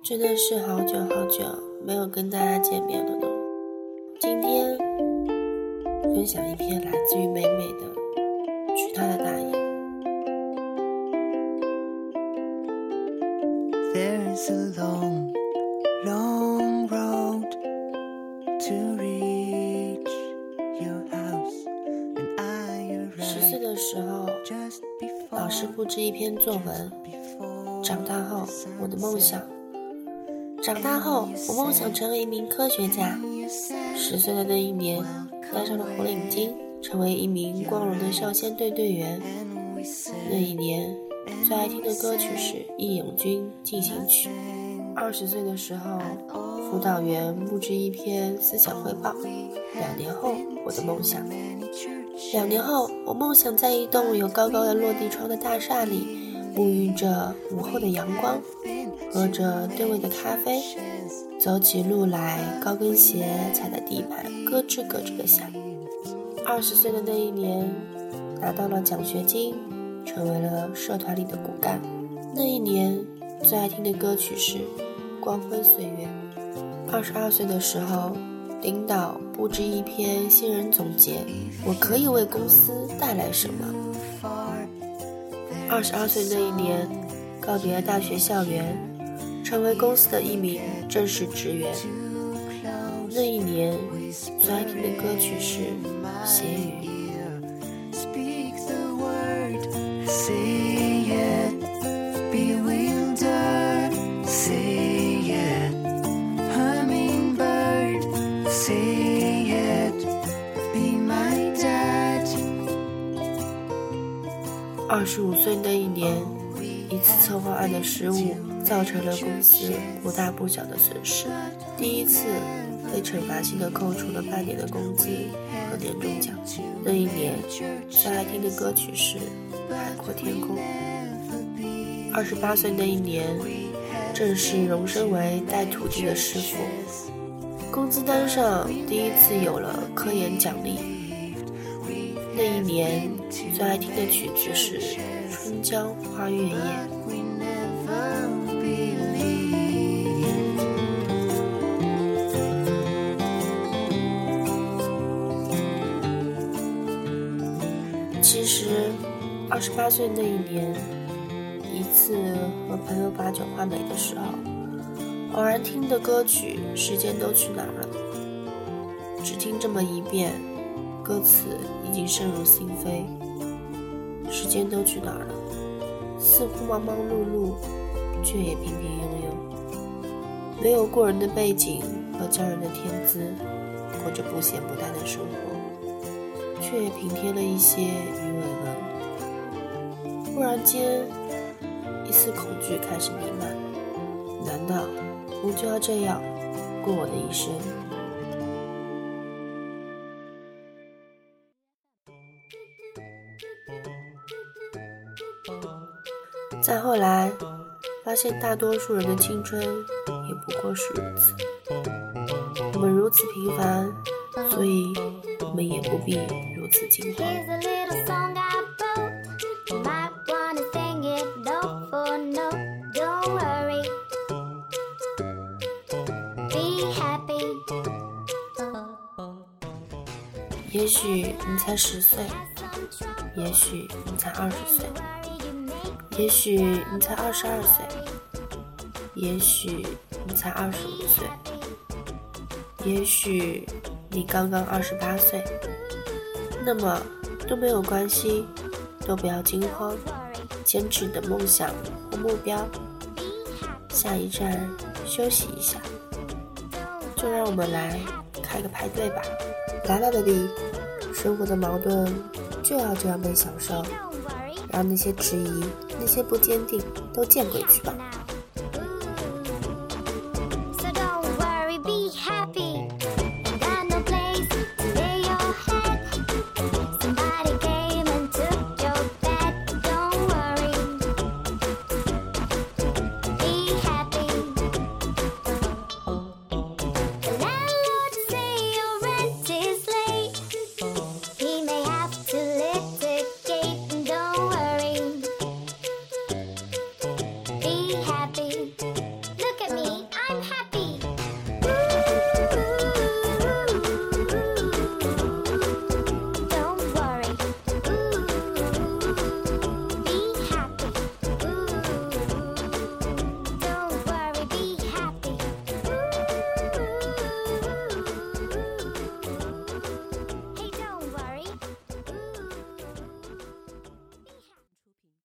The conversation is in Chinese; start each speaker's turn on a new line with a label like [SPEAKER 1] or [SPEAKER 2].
[SPEAKER 1] 真的是好久好久没有跟大家见面了呢。今天分享一篇来自于美美的《娶她的大爷》。
[SPEAKER 2] There's a long, long road to reach your house and I
[SPEAKER 1] 10岁的时候，老师布置一篇作文，长大后我的梦想。长大后，我梦想成为一名科学家。10岁的那一年，戴上了红领巾，成为一名光荣的少先队队员。那一年，最爱听的歌曲是《义勇军进行曲》。20岁的时候，辅导员布置一篇思想汇报。2年后，我的梦想。2年后，我梦想在一栋有高高的落地窗的大厦里，沐浴着午后的阳光，喝着对味的咖啡，走起路来高跟鞋踩在地板咯吱咯吱的响。20岁的那一年，拿到了奖学金，成为了社团里的骨干。那一年最爱听的歌曲是《光辉岁月》。22岁的时候，领导布置一篇新人总结，我可以为公司带来什么。22岁那一年，告别了大学校园，成为公司的一名正式职员。那一年最爱听的歌曲是《血雨》。25岁那一年，一次策划案的失误，造成了公司不大不小的损失。第一次被惩罚性的扣除了半年的工资和年终奖。那一年最爱听的歌曲是《海阔天空》。28岁那一年，正式荣升为带土地的师傅，工资单上第一次有了科研奖励。那一年最爱听的曲子是《春江花月夜》。其实28岁那一年，一次和朋友把酒话梅的时候，偶然听的歌曲《时间都去哪儿了》，只听这么一遍，歌词已经深入心扉。时间都去哪儿了？似乎忙忙碌碌，却也平平庸庸，没有过人的背景和骄人的天资，过着不咸不淡的生活，却也平添了一些鱼尾纹。忽然间，一丝恐惧开始弥漫，难道我就要这样过我的一生？再后来，发现大多数人的青春也不过是如此。我们如此平凡，所以我们也不必如此惊慌。也许你才10岁，也许你才20岁，也许你才22岁，也许你才25岁，也许你刚刚28岁，那么都没有关系，都不要惊慌，坚持你的梦想或目标。下一站休息一下，就让我们来开个派对吧。来了 baby， 生活的矛盾就要这样被享受，让那些迟疑，那些不坚定都见鬼去吧。